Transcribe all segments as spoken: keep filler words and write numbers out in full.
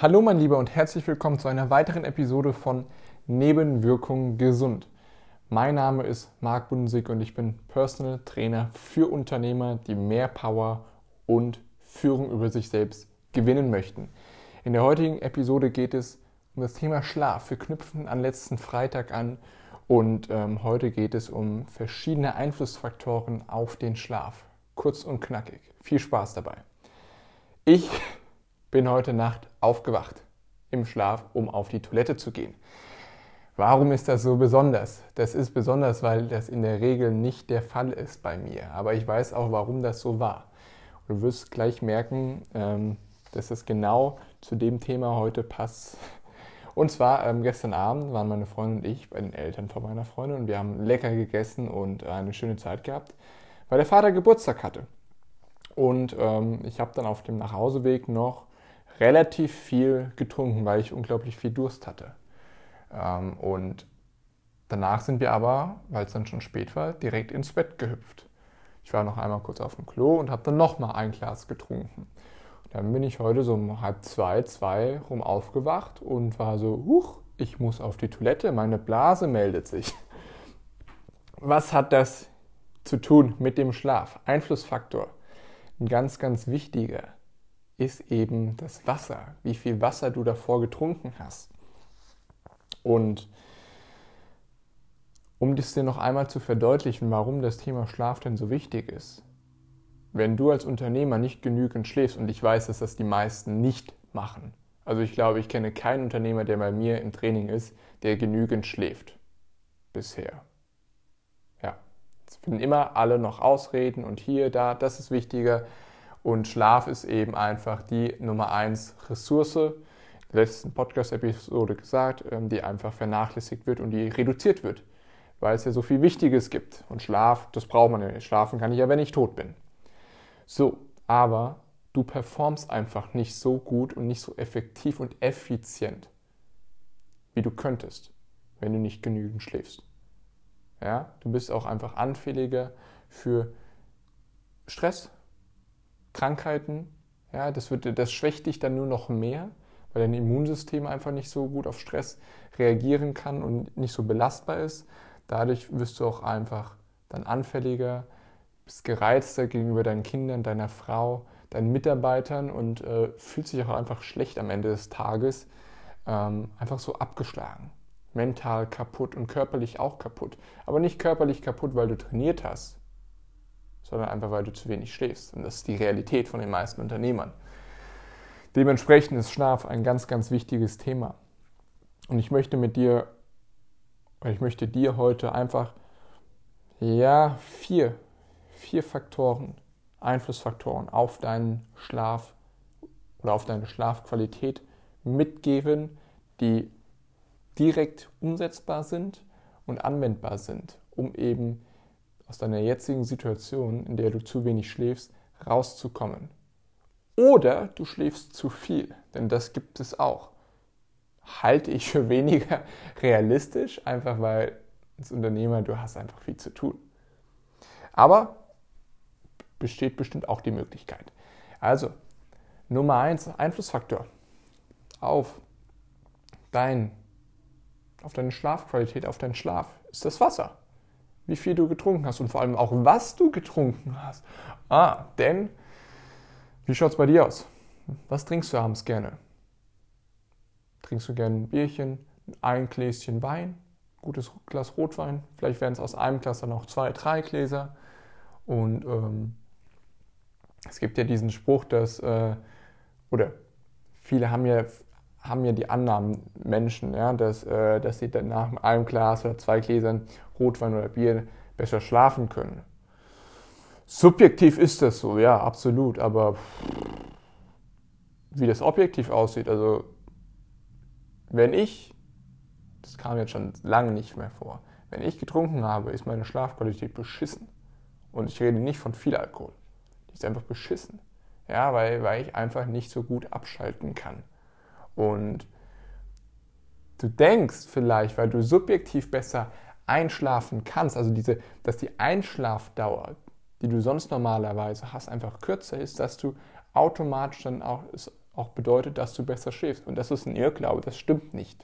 Hallo mein Lieber und herzlich willkommen zu einer weiteren Episode von Nebenwirkungen gesund. Mein Name ist Marc Budensig und ich bin Personal Trainer für Unternehmer, die mehr Power und Führung über sich selbst gewinnen möchten. In der heutigen Episode geht es um das Thema Schlaf. Wir knüpfen an letzten Freitag an und ähm, heute geht es um verschiedene Einflussfaktoren auf den Schlaf. Kurz und knackig. Viel Spaß dabei. Ich bin heute Nacht aufgewacht im Schlaf, um auf die Toilette zu gehen. Warum ist das so besonders? Das ist besonders, weil das in der Regel nicht der Fall ist bei mir. Aber ich weiß auch, warum das so war. Und du wirst gleich merken, ähm, dass es genau zu dem Thema heute passt. Und zwar ähm, gestern Abend waren meine Freundin und ich bei den Eltern von meiner Freundin und wir haben lecker gegessen und eine schöne Zeit gehabt, weil der Vater Geburtstag hatte. Und ähm, ich habe dann auf dem Nachhauseweg noch relativ viel getrunken, weil ich unglaublich viel Durst hatte. Ähm, und danach sind wir aber, weil es dann schon spät war, direkt ins Bett gehüpft. Ich war noch einmal kurz auf dem Klo und habe dann nochmal ein Glas getrunken. Und dann bin ich heute so um halb zwei, zwei rum aufgewacht und war so, huch, ich muss auf die Toilette, meine Blase meldet sich. Was hat das zu tun mit dem Schlaf? Einflussfaktor, ein ganz, ganz wichtiger, ist eben das Wasser, wie viel Wasser du davor getrunken hast. Und um das dir noch einmal zu verdeutlichen, warum das Thema Schlaf denn so wichtig ist, wenn du als Unternehmer nicht genügend schläfst, und ich weiß, dass das die meisten nicht machen, also ich glaube, ich kenne keinen Unternehmer, der bei mir im Training ist, der genügend schläft. Bisher. Ja, es finden immer alle noch Ausreden und hier, da, das ist wichtiger. Und Schlaf ist eben einfach die Nummer eins Ressource, in der letzten Podcast-Episode gesagt, die einfach vernachlässigt wird und die reduziert wird, weil es ja so viel Wichtiges gibt. Und Schlaf, das braucht man ja nicht. Schlafen kann ich ja, wenn ich tot bin. So, aber du performst einfach nicht so gut und nicht so effektiv und effizient, wie du könntest, wenn du nicht genügend schläfst. Ja, du bist auch einfach anfälliger für Stress, Krankheiten, ja, das, wird, das schwächt dich dann nur noch mehr, weil dein Immunsystem einfach nicht so gut auf Stress reagieren kann und nicht so belastbar ist. Dadurch wirst du auch einfach dann anfälliger, bist gereizter gegenüber deinen Kindern, deiner Frau, deinen Mitarbeitern und äh, fühlst dich auch einfach schlecht am Ende des Tages, ähm, einfach so abgeschlagen, mental kaputt und körperlich auch kaputt. Aber nicht körperlich kaputt, weil du trainiert hast, sondern einfach, weil du zu wenig schläfst. Und das ist die Realität von den meisten Unternehmern. Dementsprechend ist Schlaf ein ganz, ganz wichtiges Thema. Und ich möchte mit dir, ich möchte dir heute einfach, ja, vier, vier Faktoren, Einflussfaktoren auf deinen Schlaf oder auf deine Schlafqualität mitgeben, die direkt umsetzbar sind und anwendbar sind, um eben aus deiner jetzigen Situation, in der du zu wenig schläfst, rauszukommen. Oder du schläfst zu viel, denn das gibt es auch. Halte ich für weniger realistisch, einfach weil als Unternehmer, du hast einfach viel zu tun. Aber besteht bestimmt auch die Möglichkeit. Also, Nummer eins, Einflussfaktor auf, dein, auf deine Schlafqualität, auf deinen Schlaf, ist das Wasser. Wie viel du getrunken hast und vor allem auch, was du getrunken hast. Ah, denn, wie schaut es bei dir aus? Was trinkst du abends gerne? Trinkst du gerne ein Bierchen, ein Gläschen Wein, gutes Glas Rotwein? Vielleicht werden es aus einem Glas dann auch zwei, drei Gläser. Und ähm, es gibt ja diesen Spruch, dass, äh, oder viele haben ja, haben ja die Annahmen, Menschen, ja, dass, äh, dass sie dann nach einem Glas oder zwei Gläsern Rotwein oder Bier besser schlafen können. Subjektiv ist das so, ja, absolut, aber wie das objektiv aussieht, also wenn ich, das kam jetzt schon lange nicht mehr vor, wenn ich getrunken habe, ist meine Schlafqualität beschissen. Und ich rede nicht von viel Alkohol, die ist einfach beschissen, ja, weil, weil ich einfach nicht so gut abschalten kann. Und du denkst vielleicht, weil du subjektiv besser einschlafen kannst, also diese, dass die Einschlafdauer, die du sonst normalerweise hast, einfach kürzer ist, dass du automatisch dann auch es auch bedeutet, dass du besser schläfst. Und das ist ein Irrglaube, das stimmt nicht.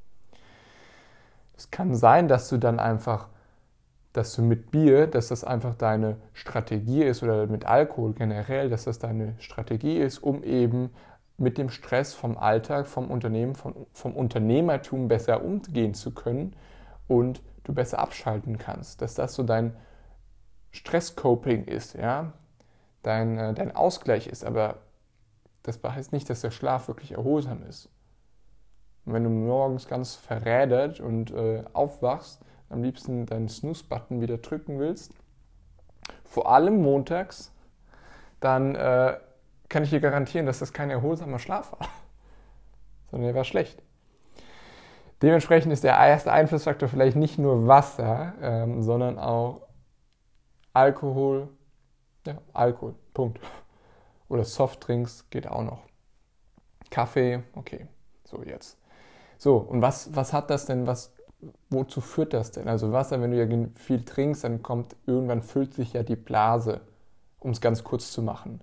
Es kann sein, dass du dann einfach, dass du mit Bier, dass das einfach deine Strategie ist oder mit Alkohol generell, dass das deine Strategie ist, um eben mit dem Stress vom Alltag, vom Unternehmen, vom, vom Unternehmertum besser umgehen zu können und du besser abschalten kannst. Dass das so dein Stress-Coping ist, ja, dein, äh, dein Ausgleich ist. Aber das heißt nicht, dass der Schlaf wirklich erholsam ist. Und wenn du morgens ganz verrädert und äh, aufwachst, am liebsten deinen Snooze-Button wieder drücken willst, vor allem montags, dann äh, kann ich dir garantieren, dass das kein erholsamer Schlaf war, sondern der war schlecht. Dementsprechend ist der erste Einflussfaktor vielleicht nicht nur Wasser, ähm, sondern auch Alkohol, ja, Alkohol, Punkt. Oder Softdrinks geht auch noch. Kaffee, okay, so jetzt. So, und was, was hat das denn, was, wozu führt das denn? Also Wasser, wenn du ja viel trinkst, dann kommt, irgendwann füllt sich ja die Blase, um es ganz kurz zu machen.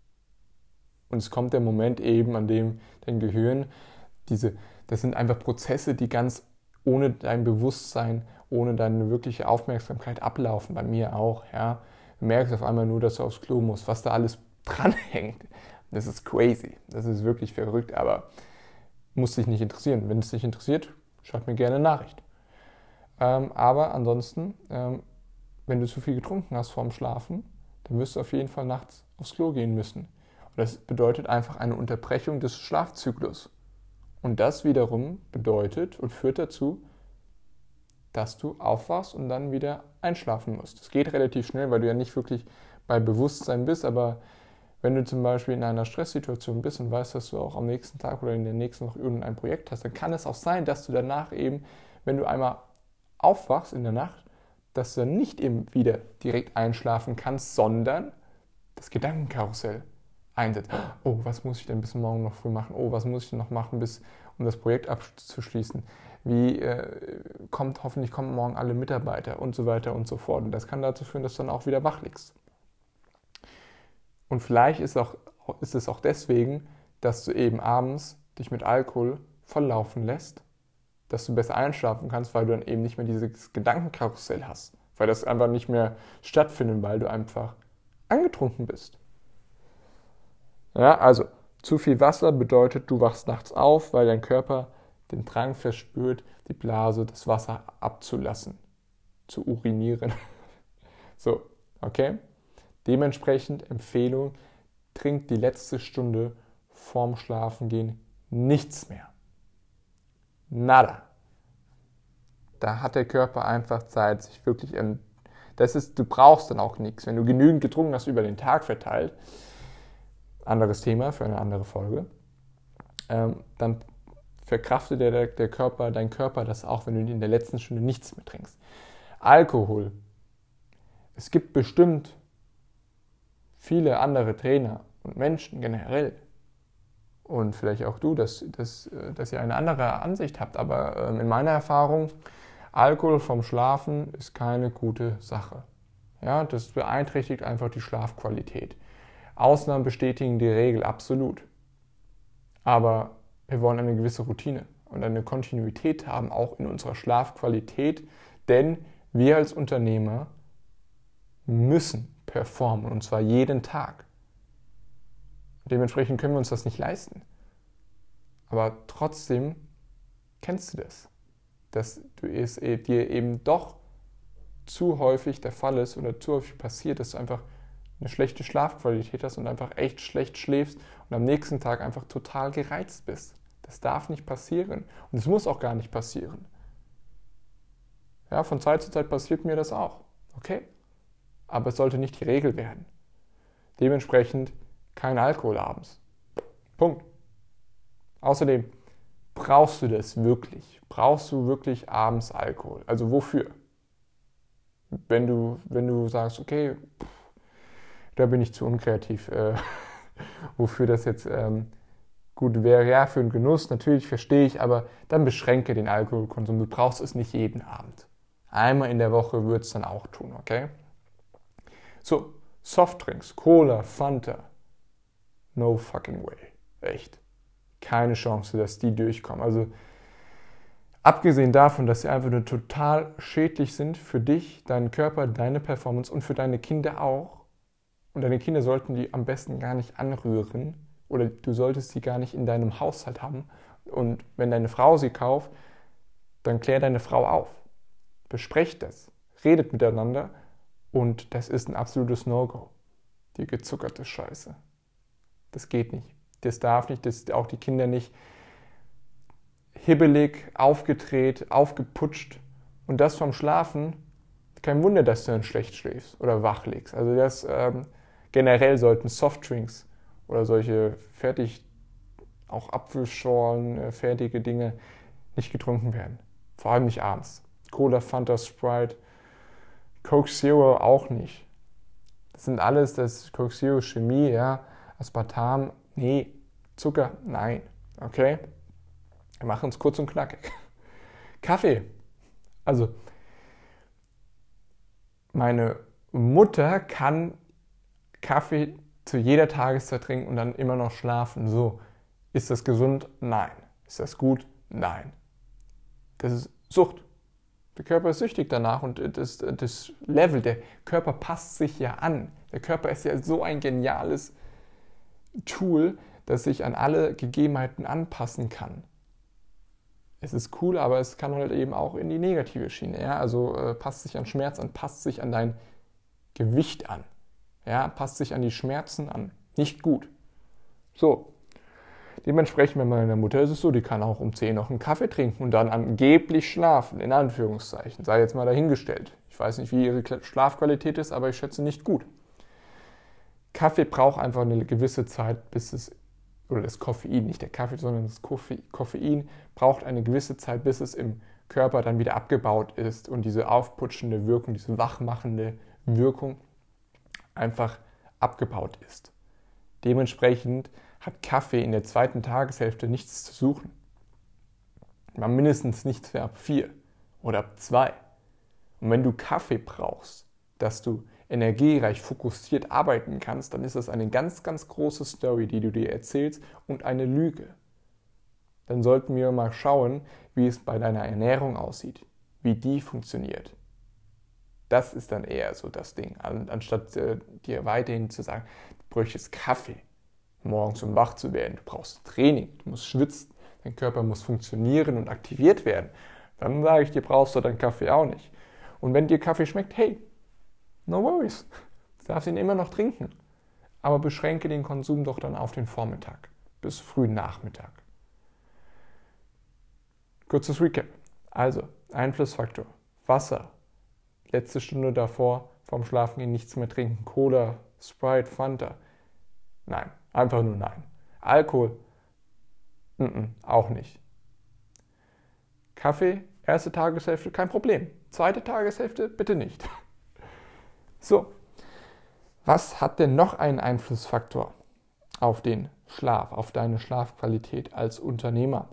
Und es kommt der Moment eben, an dem dein Gehirn, diese, das sind einfach Prozesse, die ganz ohne dein Bewusstsein, ohne deine wirkliche Aufmerksamkeit ablaufen, bei mir auch, ja. Du merkst auf einmal nur, dass du aufs Klo musst, was da alles dranhängt. Das ist crazy, das ist wirklich verrückt, aber muss dich nicht interessieren. Wenn es dich interessiert, schreib mir gerne eine Nachricht. Ähm, aber ansonsten, ähm, wenn du zu viel getrunken hast vorm Schlafen, dann wirst du auf jeden Fall nachts aufs Klo gehen müssen. Und das bedeutet einfach eine Unterbrechung des Schlafzyklus. Und das wiederum bedeutet und führt dazu, dass du aufwachst und dann wieder einschlafen musst. Das geht relativ schnell, weil du ja nicht wirklich bei Bewusstsein bist, aber wenn du zum Beispiel in einer Stresssituation bist und weißt, dass du auch am nächsten Tag oder in der nächsten noch irgendein Projekt hast, dann kann es auch sein, dass du danach eben, wenn du einmal aufwachst in der Nacht, dass du dann nicht eben wieder direkt einschlafen kannst, sondern das Gedankenkarussell einsetzt. Oh, was muss ich denn bis morgen noch früh machen? Oh, was muss ich denn noch machen, bis, um das Projekt abzuschließen? Wie äh, kommt, hoffentlich kommen morgen alle Mitarbeiter und so weiter und so fort. Und das kann dazu führen, dass du dann auch wieder wach liegst. Und vielleicht ist, auch, ist es auch deswegen, dass du eben abends dich mit Alkohol volllaufen lässt, dass du besser einschlafen kannst, weil du dann eben nicht mehr dieses Gedankenkarussell hast. Weil das einfach nicht mehr stattfindet, weil du einfach angetrunken bist. Ja, also zu viel Wasser bedeutet, du wachst nachts auf, weil dein Körper den Drang verspürt, die Blase, das Wasser abzulassen, zu urinieren. So, okay? Dementsprechend Empfehlung, trink die letzte Stunde vorm Schlafengehen nichts mehr. Nada. Da hat der Körper einfach Zeit, sich wirklich, ähm, das ist, du brauchst dann auch nichts. Wenn du genügend getrunken hast über den Tag verteilt, anderes Thema für eine andere Folge, ähm, dann verkraftet der, der Körper, dein Körper das auch, wenn du in der letzten Stunde nichts mehr trinkst. Alkohol. Es gibt bestimmt viele andere Trainer und Menschen generell und vielleicht auch du, dass, dass, dass ihr eine andere Ansicht habt, aber ähm, in meiner Erfahrung, Alkohol vom Schlafen ist keine gute Sache. Ja, das beeinträchtigt einfach die Schlafqualität. Ausnahmen bestätigen die Regel absolut. Aber wir wollen eine gewisse Routine und eine Kontinuität haben, auch in unserer Schlafqualität, denn wir als Unternehmer müssen performen, und zwar jeden Tag. Dementsprechend können wir uns das nicht leisten. Aber trotzdem kennst du das, dass du es dir eben doch zu häufig der Fall ist oder zu häufig passiert, dass du einfach eine schlechte Schlafqualität hast und einfach echt schlecht schläfst und am nächsten Tag einfach total gereizt bist. Das darf nicht passieren und es muss auch gar nicht passieren. Ja, von Zeit zu Zeit passiert mir das auch. Okay? Aber es sollte nicht die Regel werden. Dementsprechend kein Alkohol abends. Punkt. Außerdem brauchst du das wirklich. Brauchst du wirklich abends Alkohol? Also wofür? Wenn du, wenn du sagst, okay, pff, da bin ich zu unkreativ, äh, wofür das jetzt ähm, gut wäre, ja, für einen Genuss, natürlich verstehe ich, aber dann beschränke den Alkoholkonsum. Du brauchst es nicht jeden Abend. Einmal in der Woche wird es dann auch tun, okay? So, Softdrinks, Cola, Fanta, no fucking way. Echt. Keine Chance, dass die durchkommen. Also abgesehen davon, dass sie einfach nur total schädlich sind für dich, deinen Körper, deine Performance und für deine Kinder auch. Und deine Kinder sollten die am besten gar nicht anrühren oder du solltest sie gar nicht in deinem Haushalt haben. Und wenn deine Frau sie kauft, dann klär deine Frau auf. Besprecht das. Redet miteinander und das ist ein absolutes No-Go. Die gezuckerte Scheiße. Das geht nicht. Das darf nicht, das auch die Kinder nicht. Hibbelig, aufgedreht, aufgeputscht und das vom Schlafen. Kein Wunder, dass du dann schlecht schläfst oder wach liegst. Also das ähm, generell sollten Softdrinks oder solche fertig, auch Apfelschorlen, äh, fertige Dinge nicht getrunken werden. Vor allem nicht abends. Cola, Fanta, Sprite, Coke Zero auch nicht. Das sind alles, das Coke Zero Chemie, ja, Aspartam, nee, Zucker, nein, okay? Wir machen es kurz und knackig. Kaffee. Also, meine Mutter kann Kaffee zu jeder Tageszeit trinken und dann immer noch schlafen. So, ist das gesund? Nein. Ist das gut? Nein. Das ist Sucht. Der Körper ist süchtig danach und das, das Level, der Körper passt sich ja an. Der Körper ist ja so ein geniales Tool, das sich an alle Gegebenheiten anpassen kann. Es ist cool, aber es kann halt eben auch in die negative Schiene. Ja? Also äh, passt sich an Schmerz an, passt sich an dein Gewicht an. Ja? Passt sich an die Schmerzen an. Nicht gut. So. Dementsprechend bei meiner Mutter ist es so, die kann auch um zehn noch einen Kaffee trinken und dann angeblich schlafen, in Anführungszeichen. Sei jetzt mal dahingestellt. Ich weiß nicht, wie ihre Schlafqualität ist, aber ich schätze nicht gut. Kaffee braucht einfach eine gewisse Zeit, bis es, oder das Koffein, nicht der Kaffee, sondern das Koffein braucht eine gewisse Zeit, bis es im Körper dann wieder abgebaut ist und diese aufputschende Wirkung, diese wachmachende Wirkung einfach abgebaut ist. Dementsprechend hat Kaffee in der zweiten Tageshälfte nichts zu suchen. Mal mindestens nichts mehr ab vier oder ab zwei. Und wenn du Kaffee brauchst, dass du energiereich, fokussiert arbeiten kannst, dann ist das eine ganz, ganz große Story, die du dir erzählst und eine Lüge. Dann sollten wir mal schauen, wie es bei deiner Ernährung aussieht, wie die funktioniert. Das ist dann eher so das Ding, anstatt äh, dir weiterhin zu sagen, du bräuchtest Kaffee morgens, um wach zu werden. Du brauchst Training, du musst schwitzen, dein Körper muss funktionieren und aktiviert werden. Dann sage ich dir, brauchst du deinen Kaffee auch nicht. Und wenn dir Kaffee schmeckt, hey, no worries, du darfst ihn immer noch trinken. Aber beschränke den Konsum doch dann auf den Vormittag bis frühen Nachmittag. Kurzes Recap. Also, Einflussfaktor, Wasser, letzte Stunde davor, vorm Schlafengehen nichts mehr trinken, Cola, Sprite, Fanta. Nein, einfach nur nein. Alkohol, mm-mm, auch nicht. Kaffee, erste Tageshälfte, kein Problem. Zweite Tageshälfte, bitte nicht. So, was hat denn noch einen Einflussfaktor auf den Schlaf, auf deine Schlafqualität als Unternehmer?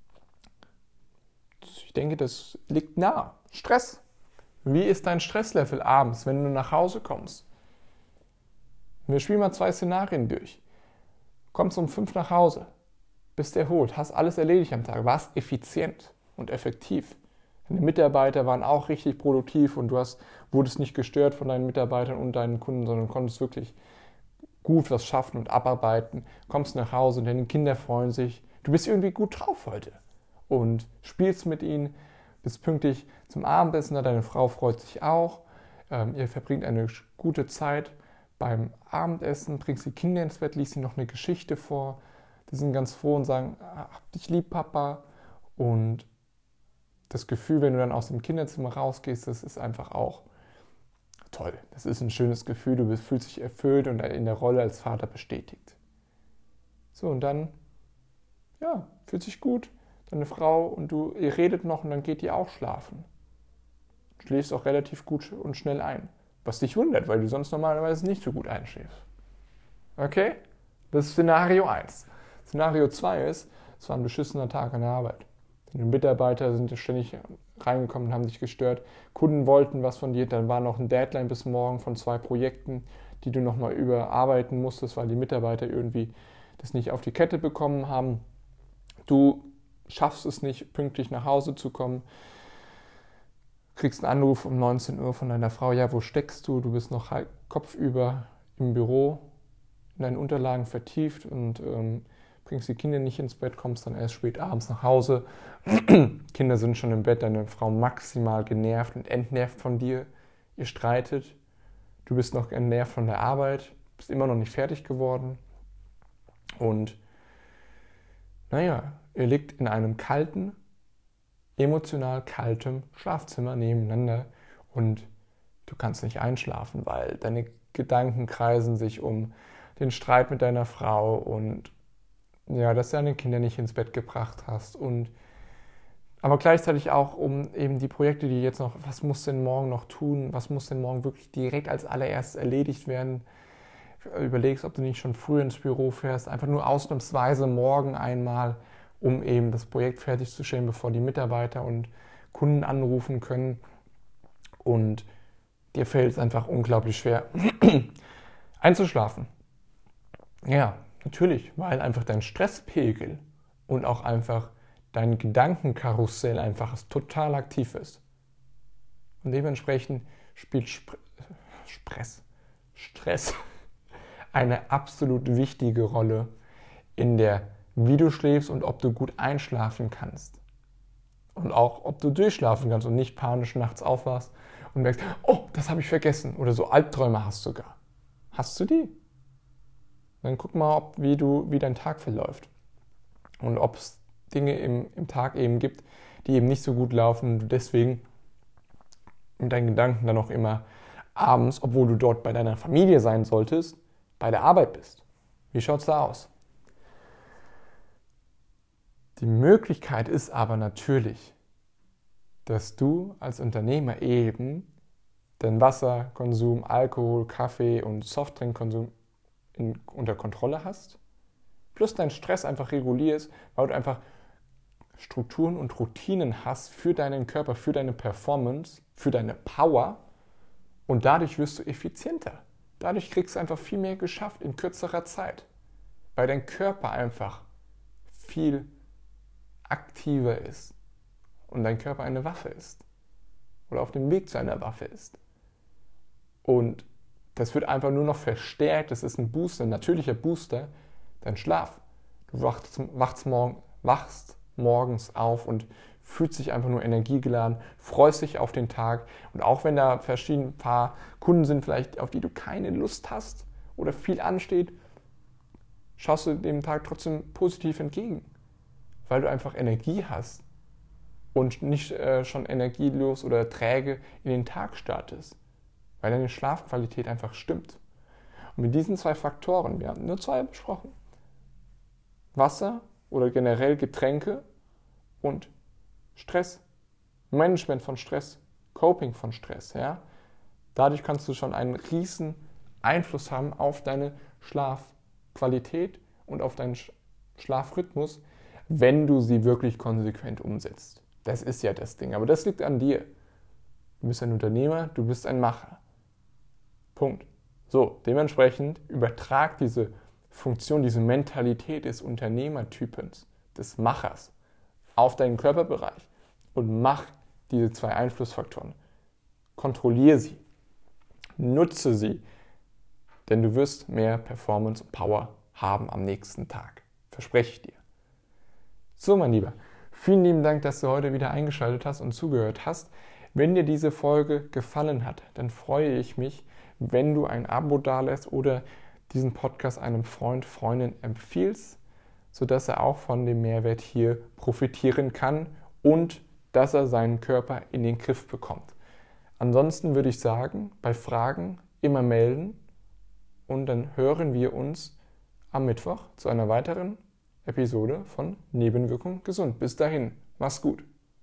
Ich denke, das liegt nah. Stress. Wie ist dein Stresslevel abends, wenn du nach Hause kommst? Wir spielen mal zwei Szenarien durch. Kommst um fünf nach Hause, bist erholt, hast alles erledigt am Tag, warst effizient und effektiv. Deine Mitarbeiter waren auch richtig produktiv und du hast, wurdest nicht gestört von deinen Mitarbeitern und deinen Kunden, sondern konntest wirklich gut was schaffen und abarbeiten. Kommst nach Hause und deine Kinder freuen sich. Du bist irgendwie gut drauf heute und spielst mit ihnen, bist pünktlich zum Abendessen, deine Frau freut sich auch. Ähm, ihr verbringt eine gute Zeit beim Abendessen, bringst die Kinder ins Bett, liest ihnen noch eine Geschichte vor. Die sind ganz froh und sagen, hab dich lieb, Papa. Und das Gefühl, wenn du dann aus dem Kinderzimmer rausgehst, das ist einfach auch toll. Das ist ein schönes Gefühl, du fühlst dich erfüllt und in der Rolle als Vater bestätigt. So, und dann, ja, fühlt sich gut. Deine Frau und du, ihr redet noch und dann geht ihr auch schlafen. Du schläfst auch relativ gut und schnell ein. Was dich wundert, weil du sonst normalerweise nicht so gut einschläfst. Okay? Das ist Szenario eins. Szenario zwei ist, es war ein beschissener Tag an der Arbeit. Deine Mitarbeiter sind ständig reingekommen und haben dich gestört. Kunden wollten was von dir, dann war noch ein Deadline bis morgen von zwei Projekten, die du nochmal überarbeiten musstest, weil die Mitarbeiter irgendwie das nicht auf die Kette bekommen haben. Du schaffst es nicht, pünktlich nach Hause zu kommen. Kriegst einen Anruf um neunzehn Uhr von deiner Frau, ja, wo steckst du? Du bist noch halb kopfüber im Büro, in deinen Unterlagen vertieft und ähm, bringst die Kinder nicht ins Bett, kommst dann erst spät abends nach Hause. Kinder sind schon im Bett, deine Frau maximal genervt und entnervt von dir. Ihr streitet, du bist noch genervt von der Arbeit, bist immer noch nicht fertig geworden. Und naja, ihr liegt in einem kalten, emotional kaltem Schlafzimmer nebeneinander und du kannst nicht einschlafen, weil deine Gedanken kreisen sich um den Streit mit deiner Frau und ja, dass du deine Kinder nicht ins Bett gebracht hast und aber gleichzeitig auch um eben die Projekte, die jetzt noch, was muss denn morgen noch tun, was muss denn morgen wirklich direkt als allererstes erledigt werden. Überlegst, ob du nicht schon früh ins Büro fährst, einfach nur ausnahmsweise morgen einmal, um eben das Projekt fertigzustellen, bevor die Mitarbeiter und Kunden anrufen können. Und dir fällt es einfach unglaublich schwer, einzuschlafen. Ja, natürlich, weil einfach dein Stresspegel und auch einfach dein Gedankenkarussell einfach total aktiv ist. Und dementsprechend spielt Sp- Stress, Stress eine absolut wichtige Rolle in der, wie du schläfst und ob du gut einschlafen kannst. Und auch, ob du durchschlafen kannst und nicht panisch nachts aufwachst und merkst, oh, das habe ich vergessen. Oder so Albträume hast sogar. Hast du die? Dann guck mal, ob, wie, du, wie dein Tag verläuft. Und ob es Dinge im, im Tag eben gibt, die eben nicht so gut laufen und du deswegen mit deinen Gedanken dann auch immer abends, obwohl du dort bei deiner Familie sein solltest, bei der Arbeit bist. Wie schaut es da aus? Die Möglichkeit ist aber natürlich, dass du als Unternehmer eben den Wasserkonsum, Alkohol, Kaffee und Softdrinkkonsum in, unter Kontrolle hast, plus deinen Stress einfach regulierst, weil du einfach Strukturen und Routinen hast für deinen Körper, für deine Performance, für deine Power und dadurch wirst du effizienter. Dadurch kriegst du einfach viel mehr geschafft in kürzerer Zeit, weil dein Körper einfach viel aktiver ist und dein Körper eine Waffe ist oder auf dem Weg zu einer Waffe ist. Und das wird einfach nur noch verstärkt, das ist ein Booster, ein natürlicher Booster, dein Schlaf. Du wachst, wachst, morgen, wachst morgens auf und fühlst dich einfach nur energiegeladen, freust dich auf den Tag und auch wenn da verschiedene paar Kunden sind, vielleicht auf die du keine Lust hast oder viel ansteht, schaust du dem Tag trotzdem positiv entgegen, weil du einfach Energie hast und nicht äh, schon energielos oder träge in den Tag startest, weil deine Schlafqualität einfach stimmt. Und mit diesen zwei Faktoren, wir haben nur zwei besprochen, Wasser oder generell Getränke und Stress, Management von Stress, Coping von Stress. Ja? Dadurch kannst du schon einen riesen Einfluss haben auf deine Schlafqualität und auf deinen Schlafrhythmus, wenn du sie wirklich konsequent umsetzt. Das ist ja das Ding, aber das liegt an dir. Du bist ein Unternehmer, du bist ein Macher. Punkt. So, dementsprechend übertrag diese Funktion, diese Mentalität des Unternehmertypens, des Machers, auf deinen Körperbereich und mach diese zwei Einflussfaktoren. Kontrolliere sie, nutze sie, denn du wirst mehr Performance und Power haben am nächsten Tag. Verspreche ich dir. So, mein Lieber, vielen lieben Dank, dass du heute wieder eingeschaltet hast und zugehört hast. Wenn dir diese Folge gefallen hat, dann freue ich mich, wenn du ein Abo dalässt oder diesen Podcast einem Freund, Freundin empfiehlst, sodass er auch von dem Mehrwert hier profitieren kann und dass er seinen Körper in den Griff bekommt. Ansonsten würde ich sagen, bei Fragen immer melden und dann hören wir uns am Mittwoch zu einer weiteren Episode von Nebenwirkung gesund. Bis dahin, mach's gut.